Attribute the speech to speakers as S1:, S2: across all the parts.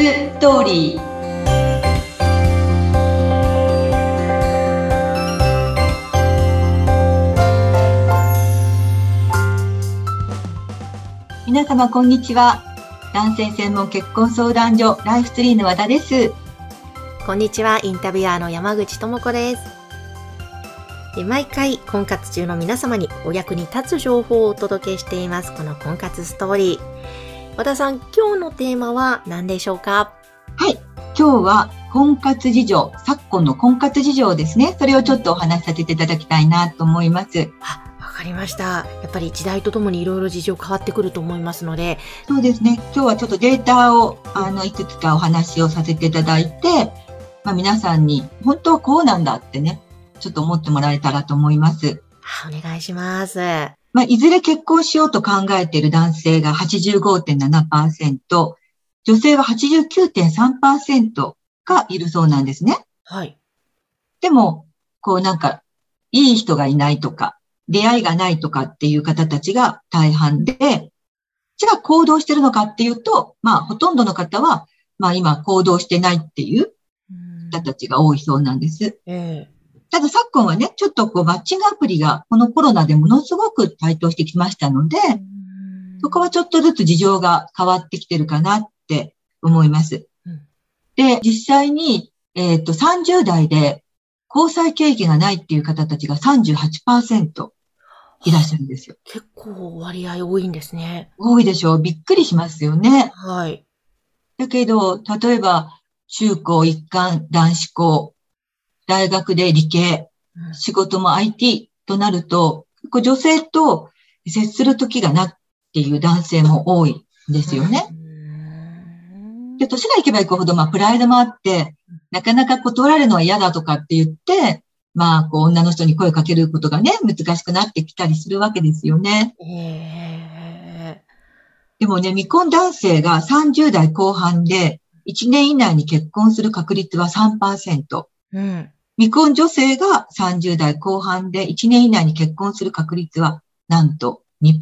S1: ストーリー。皆様こんにちは。男性専門結婚相談所ライフツリーの和田です。
S2: こんにちは。インタビュアーの山口智子です。毎回婚活中の皆様にお役に立つ情報をお届けしています。この婚活ストーリー。和田さん、今日のテーマは何でしょうか？
S1: はい。今日は婚活事情、昨今の婚活事情ですね。それをちょっとお話しさせていただきたいなと思います。
S2: わかりました。やっぱり時代とともにいろいろ事情変わってくると思いますので。
S1: そうですね。今日はちょっとデータをいくつかお話をさせていただいて、皆さんに本当はこうなんだってね、ちょっと思ってもらえたらと思います。
S2: お願いします。
S1: いずれ結婚しようと考えている男性が 85.7%、女性は 89.3% がいるそうなんですね。
S2: はい。
S1: でも、いい人がいないとか、出会いがないとかっていう方たちが大半で、じゃあ行動してるのかっていうと、ほとんどの方は、今行動してないっていう方たちが多いそうなんです。ただ昨今はね、ちょっとマッチングアプリがこのコロナでものすごく台頭してきましたので、そこはちょっとずつ事情が変わってきてるかなって思います。で、実際に、30代で交際経験がないっていう方たちが 38% いらっしゃるんですよ。
S2: 結構割合多いんですね。
S1: 多いでしょう。びっくりしますよね。
S2: はい。だ
S1: けど、例えば、中高一貫男子校、大学で理系、仕事も IT となると、女性と接する時がなっていう男性も多いんですよね。で、年がいけばいくほど、プライドもあって、なかなか断られるのは嫌だとかって言って、女の人に声かけることがね、難しくなってきたりするわけですよね。でもね、未婚男性が30代後半で1年以内に結婚する確率は 3%。未婚女性が30代後半で1年以内に結婚する確率はなんと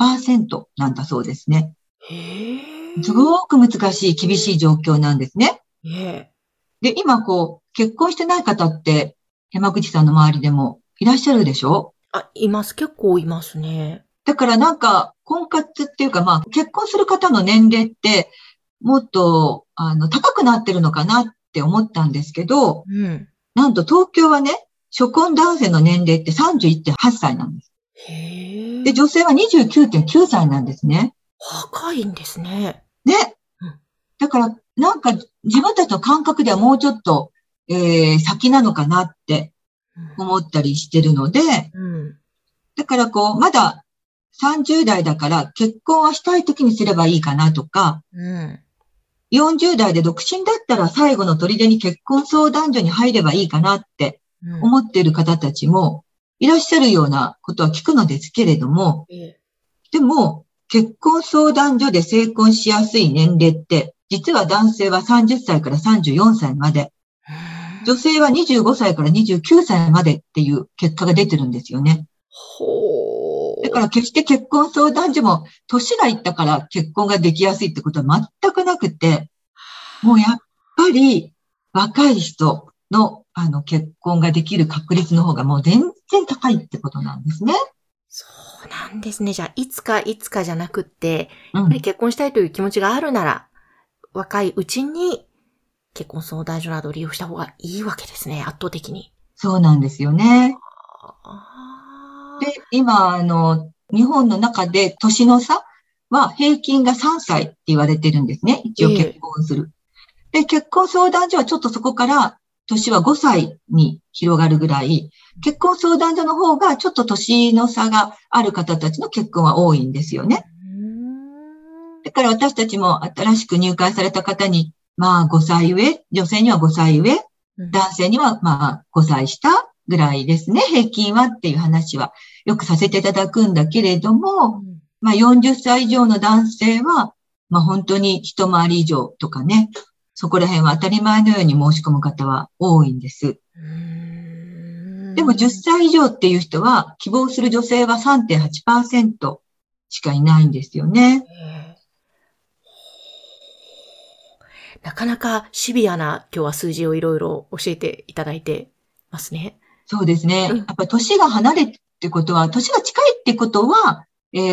S1: 2% なんだそうですね。すごく難しい、厳しい状況なんですね。で、今結婚してない方って山口さんの周りでもいらっしゃるでしょ？
S2: います。結構いますね。
S1: だから婚活っていうか結婚する方の年齢ってもっと高くなってるのかなって思ったんですけど、なんと東京はね、初婚男性の年齢って 31.8 歳なんです。で、女性は 29.9 歳なんですね。
S2: 若いんですね。
S1: ね。だから、自分たちの感覚ではもうちょっと、先なのかなって思ったりしてるので、だからまだ30代だから結婚はしたい時にすればいいかなとか、40代で独身だったら最後の砦に結婚相談所に入ればいいかなって思っている方たちもいらっしゃるようなことは聞くのですけれども、でも結婚相談所で成婚しやすい年齢って実は男性は30歳から34歳まで、女性は25歳から29歳までっていう結果が出てるんですよね。だから決して結婚相談所も年がいったから結婚ができやすいってことは全くなくて、もうやっぱり若い人の結婚ができる確率の方がもう全然高いってことなんですね。
S2: そうなんですね。じゃあ、いつかじゃなくって、やっぱり結婚したいという気持ちがあるなら、若いうちに結婚相談所などを利用した方がいいわけですね。圧倒的に。
S1: そうなんですよね。で、今、日本の中で年の差は平均が3歳って言われてるんですね。一応結婚する。で、結婚相談所はちょっとそこから年は5歳に広がるぐらい、結婚相談所の方がちょっと年の差がある方たちの結婚は多いんですよね。だから私たちも新しく入会された方に、5歳上、女性には5歳上、男性には5歳下ぐらいですね、平均はっていう話はよくさせていただくんだけれども、40歳以上の男性は、本当に一回り以上とかね、そこら辺は当たり前のように申し込む方は多いんです。でも10歳以上っていう人は、希望する女性は 3.8% しかいないんですよね。
S2: なかなかシビアな今日は数字をいろいろ教えていただいてますね。
S1: そうですね。やっぱり年が離れるってことは、年が近いってことは、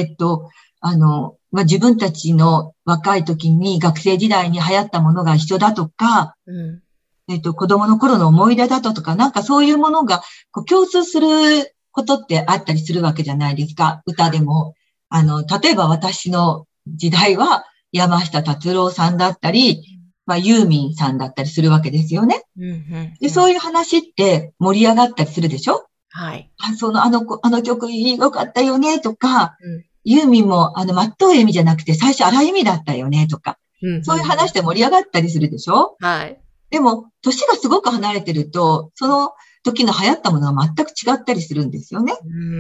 S1: 自分たちの若い時に学生時代に流行ったものが一緒だとか、子供の頃の思い出だとか、なんかそういうものが共通することってあったりするわけじゃないですか。歌でも。例えば私の時代は山下達郎さんだったり、ユーミンさんだったりするわけですよね。で、そういう話って盛り上がったりするでしょ？はい。あの曲良かったよねとか、ユーミンも松任谷由実じゃなくて最初荒井由実だったよねとか、そういう話で盛り上がったりするでしょ？はい。でも、年がすごく離れてると、その時の流行ったものが全く違ったりするんですよね。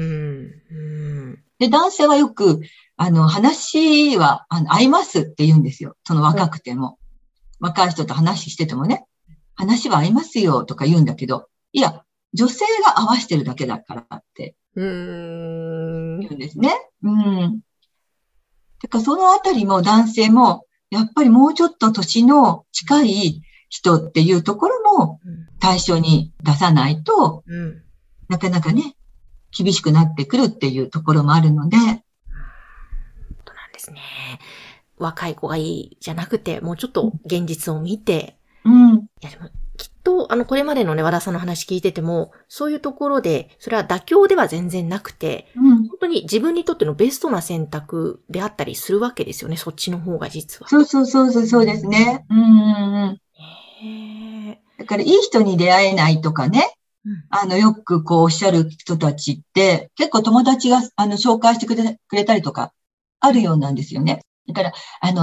S1: で、男性はよく、話は、合いますって言うんですよ。その若くても。若い人と話しててもね、話は合いますよとか言うんだけど、いや、女性が合わしてるだけだからって言うんですね。だからそのあたりも男性も、やっぱりもうちょっと年の近い人っていうところも対象に出さないと、なかなかね、厳しくなってくるっていうところもあるので。そうなん
S2: ですね。若い子がいいじゃなくて、もうちょっと現実を見て。いやでもきっと、これまでのね、和田さんの話聞いてても、そういうところで、それは妥協では全然なくて、本当に自分にとってのベストな選択であったりするわけですよね、そっちの方が実は。
S1: そうですね。だから、いい人に出会えないとかね、よくおっしゃる人たちって、結構友達が、紹介してくれたりとか、あるようなんですよね。だから、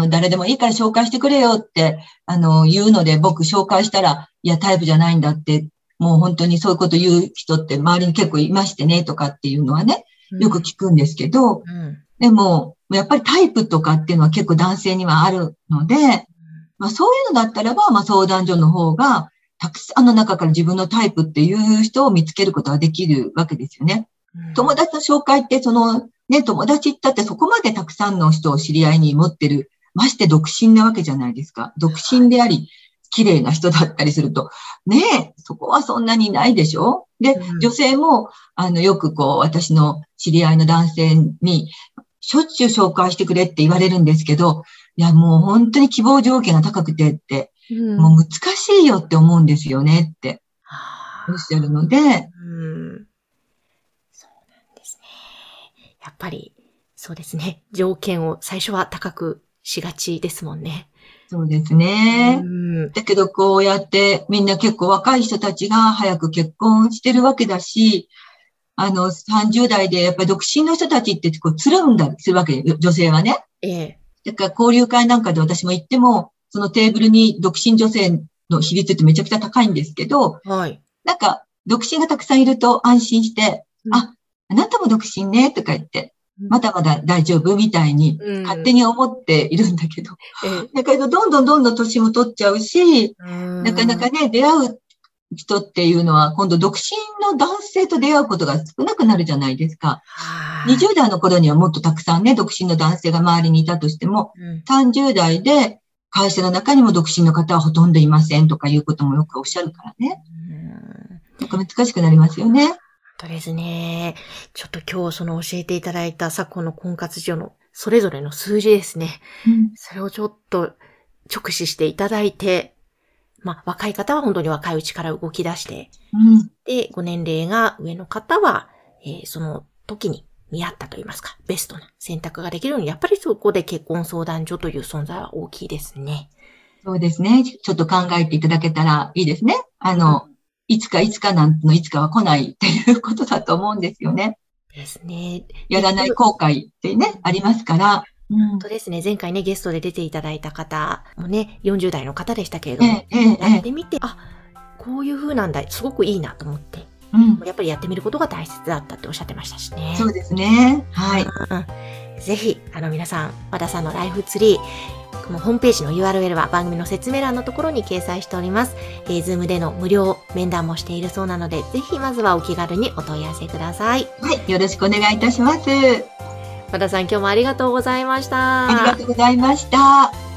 S1: 誰でもいいから紹介してくれよって、言うので、僕紹介したら、いや、タイプじゃないんだって、もう本当にそういうこと言う人って周りに結構いましてね、とかっていうのはね、よく聞くんですけど、でも、やっぱりタイプとかっていうのは結構男性にはあるので、そういうのだったらば、相談所の方が、たくさんの中から自分のタイプっていう人を見つけることができるわけですよね。友達の紹介って、友達ったってそこまでたくさんの人を知り合いに持ってる。まして独身なわけじゃないですか。独身であり、綺麗な人だったりすると、そこはそんなにないでしょ？で、女性も、よく私の知り合いの男性に、しょっちゅう紹介してくれって言われるんですけど、いや、もう本当に希望条件が高くてって、もう難しいよって思うんですよねって、おっしゃるので、そうなん
S2: ですね。やっぱり、そうですね。条件を最初は高くしがちですもんね。
S1: そうですね。だけどこうやってみんな結構若い人たちが早く結婚してるわけだし、30代でやっぱり独身の人たちってつるんだりするわけ、女性はね。だから交流会なんかで私も行っても、そのテーブルに独身女性の比率ってめちゃくちゃ高いんですけど、なんか独身がたくさんいると安心して、あなたも独身ねとか言って、まだまだ大丈夫みたいに勝手に思っているんだけど、だけどどんどん年も取っちゃうし、なかなかね、出会う人っていうのは今度独身の男性と出会うことが少なくなるじゃないですか。20代の頃にはもっとたくさんね、独身の男性が周りにいたとしても、30代で会社の中にも独身の方はほとんどいませんとかいうこともよくおっしゃるからね。なんか難しくなりますよね。
S2: 本当ですね。ちょっと今日教えていただいた昨今の婚活所のそれぞれの数字ですね。それをちょっと直視していただいて、若い方は本当に若いうちから動き出して、で、ご年齢が上の方は、その時に見合ったといいますか、ベストな選択ができるように、やっぱりそこで結婚相談所という存在は大きいですね。
S1: そうですね。ちょっと考えていただけたらいいですね。いつかなんてのいつかは来ないっていうことだと思うんですよね。
S2: ですね。
S1: やらない後悔ってね、ありますから。
S2: 本当ですね。前回ね、ゲストで出ていただいた方もね、40代の方でしたけれども、やってみて、こういう風なんだ、すごくいいなと思って、やっぱりやってみることが大切だったっておっしゃってましたしね。
S1: そうですね。はい。
S2: ぜひ、皆さん、和田さんのライフツリー、このホームページの URL は番組の説明欄のところに掲載しております。Zoom での無料面談もしているそうなので、ぜひまずはお気軽にお問い合わせください。
S1: はい、よろしくお願いいたします。
S2: 和田さん、今日もありがとうございました。
S1: ありがとうございました。